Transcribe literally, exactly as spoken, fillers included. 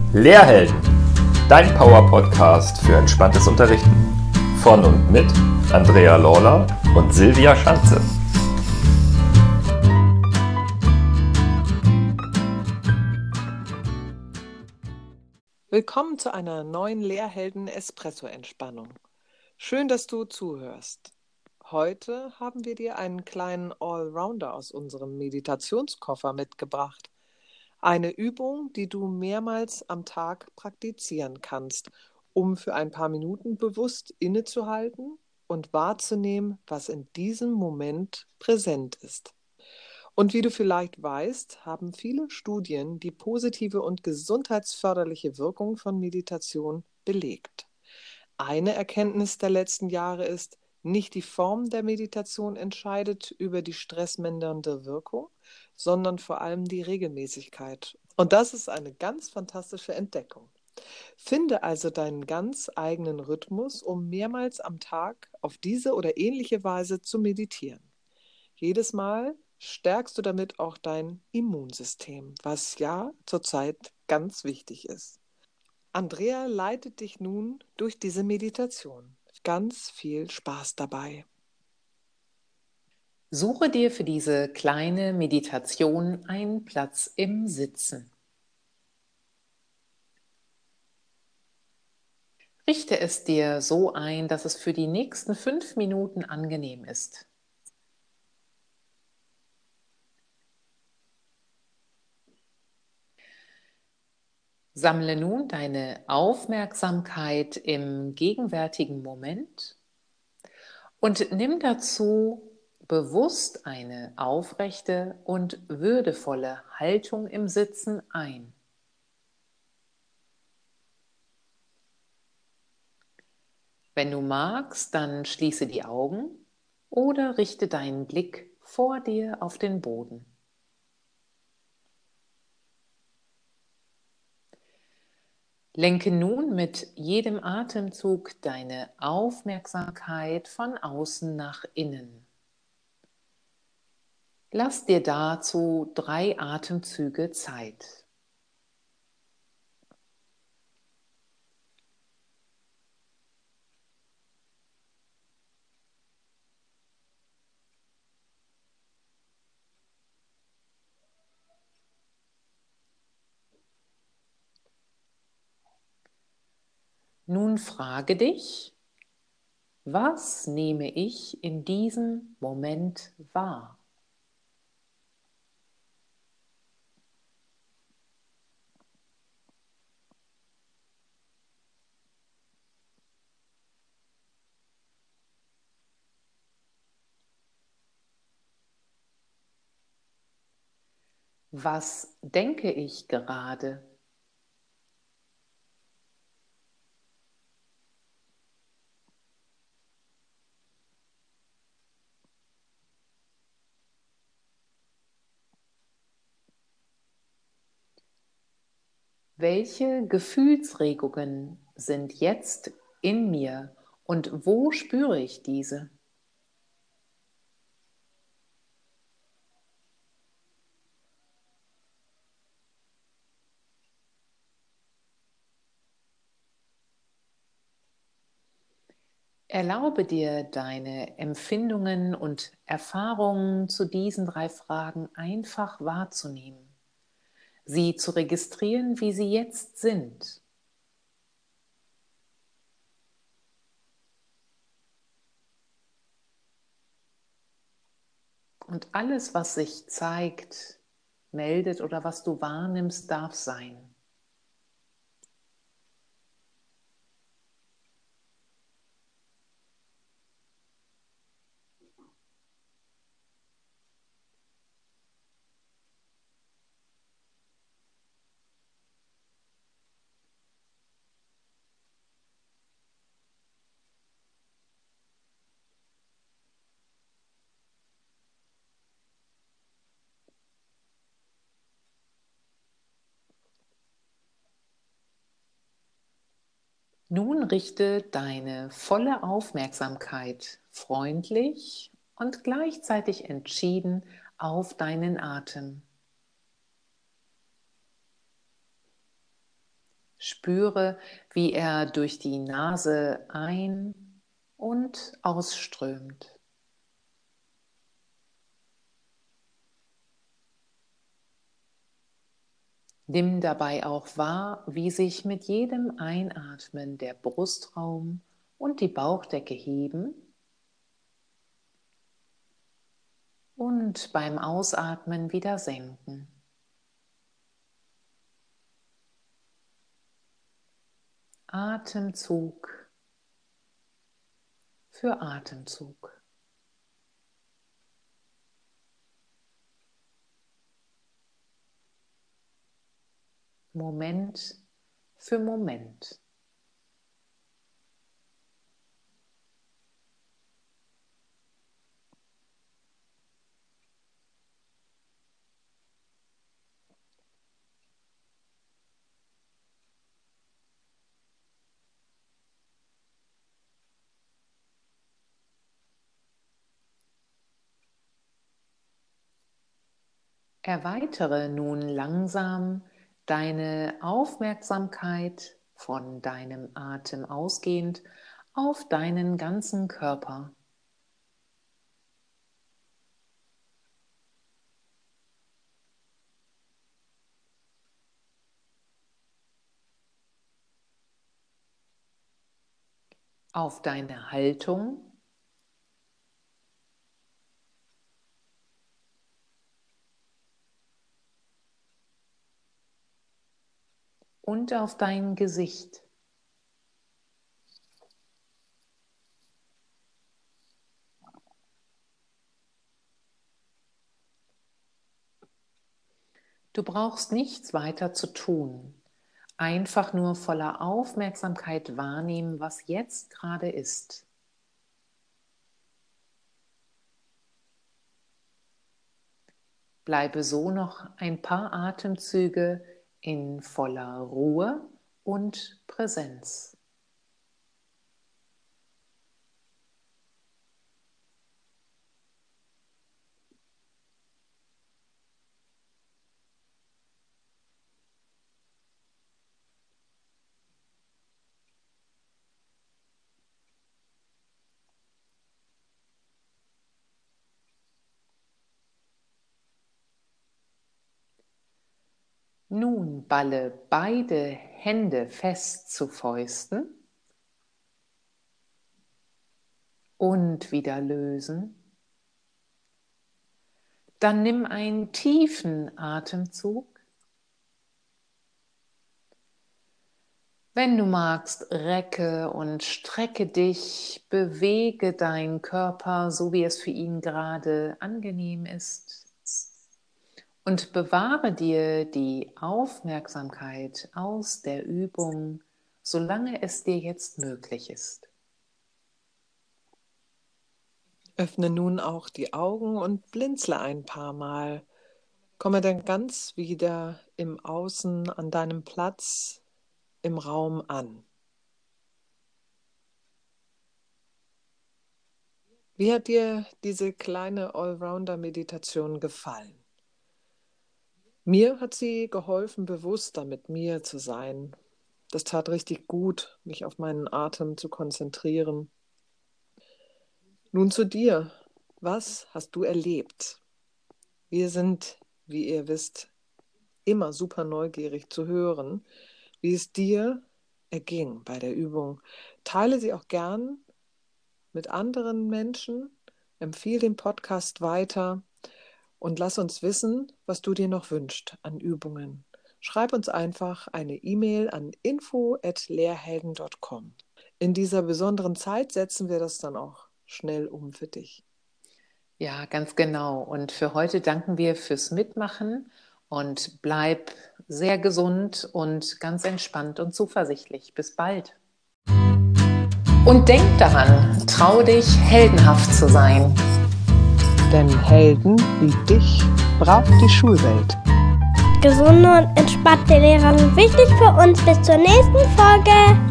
Lehrhelden, dein Power-Podcast für entspanntes Unterrichten. Von und mit Andrea Lawler und Silvia Schanze. Willkommen zu einer neuen Lehrhelden-Espresso-Entspannung. Schön, dass du zuhörst. Heute haben wir dir einen kleinen Allrounder aus unserem Meditationskoffer mitgebracht. Eine Übung, die du mehrmals am Tag praktizieren kannst, um für ein paar Minuten bewusst innezuhalten und wahrzunehmen, was in diesem Moment präsent ist. Und wie du vielleicht weißt, haben viele Studien die positive und gesundheitsförderliche Wirkung von Meditation belegt. Eine Erkenntnis der letzten Jahre ist, nicht die Form der Meditation entscheidet über die stressmindernde Wirkung, sondern vor allem die Regelmäßigkeit. Und das ist eine ganz fantastische Entdeckung. Finde also deinen ganz eigenen Rhythmus, um mehrmals am Tag auf diese oder ähnliche Weise zu meditieren. Jedes Mal stärkst du damit auch dein Immunsystem, was ja zurzeit ganz wichtig ist. Andrea leitet dich nun durch diese Meditation. Ganz viel Spaß dabei. Suche dir für diese kleine Meditation einen Platz im Sitzen. Richte es dir so ein, dass es für die nächsten fünf Minuten angenehm ist. Sammle nun deine Aufmerksamkeit im gegenwärtigen Moment und nimm dazu bewusst eine aufrechte und würdevolle Haltung im Sitzen ein. Wenn du magst, dann schließe die Augen oder richte deinen Blick vor dir auf den Boden. Lenke nun mit jedem Atemzug deine Aufmerksamkeit von außen nach innen. Lass dir dazu drei Atemzüge Zeit. Nun frage dich, was nehme ich in diesem Moment wahr? Was denke ich gerade? Welche Gefühlsregungen sind jetzt in mir und wo spüre ich diese? Erlaube dir, deine Empfindungen und Erfahrungen zu diesen drei Fragen einfach wahrzunehmen, sie zu registrieren, wie sie jetzt sind. Und alles, was sich zeigt, meldet oder was du wahrnimmst, darf sein. Nun richte deine volle Aufmerksamkeit freundlich und gleichzeitig entschieden auf deinen Atem. Spüre, wie er durch die Nase ein- und ausströmt. Nimm dabei auch wahr, wie sich mit jedem Einatmen der Brustraum und die Bauchdecke heben und beim Ausatmen wieder senken. Atemzug für Atemzug. Moment für Moment. Erweitere nun langsam deine Aufmerksamkeit von deinem Atem ausgehend auf deinen ganzen Körper. Auf deine Haltung. Und auf dein Gesicht. Du brauchst nichts weiter zu tun. Einfach nur voller Aufmerksamkeit wahrnehmen, was jetzt gerade ist. Bleibe so noch ein paar Atemzüge in voller Ruhe und Präsenz. Nun balle beide Hände fest zu Fäusten und wieder lösen. Dann nimm einen tiefen Atemzug. Wenn du magst, recke und strecke dich, bewege deinen Körper, so wie es für ihn gerade angenehm ist. Und bewahre dir die Aufmerksamkeit aus der Übung, solange es dir jetzt möglich ist. Öffne nun auch die Augen und blinzle ein paar Mal. Komme dann ganz wieder im Außen an deinem Platz im Raum an. Wie hat dir diese kleine Allrounder-Meditation gefallen? Mir hat sie geholfen, bewusster mit mir zu sein. Das tat richtig gut, mich auf meinen Atem zu konzentrieren. Nun zu dir. Was hast du erlebt? Wir sind, wie ihr wisst, immer super neugierig zu hören, wie es dir erging bei der Übung. Teile sie auch gern mit anderen Menschen, empfehle den Podcast weiter und lass uns wissen, was du dir noch wünschst an Übungen. Schreib uns einfach eine E-Mail an info at lehrhelden punkt com. In dieser besonderen Zeit setzen wir das dann auch schnell um für dich. Ja, ganz genau. Und für heute danken wir fürs Mitmachen und bleib sehr gesund und ganz entspannt und zuversichtlich. Bis bald. Und denk daran, trau dich, heldenhaft zu sein. Denn Helden wie dich braucht die Schulwelt. Gesunde und entspannte Lehrer sind wichtig für uns. Bis zur nächsten Folge.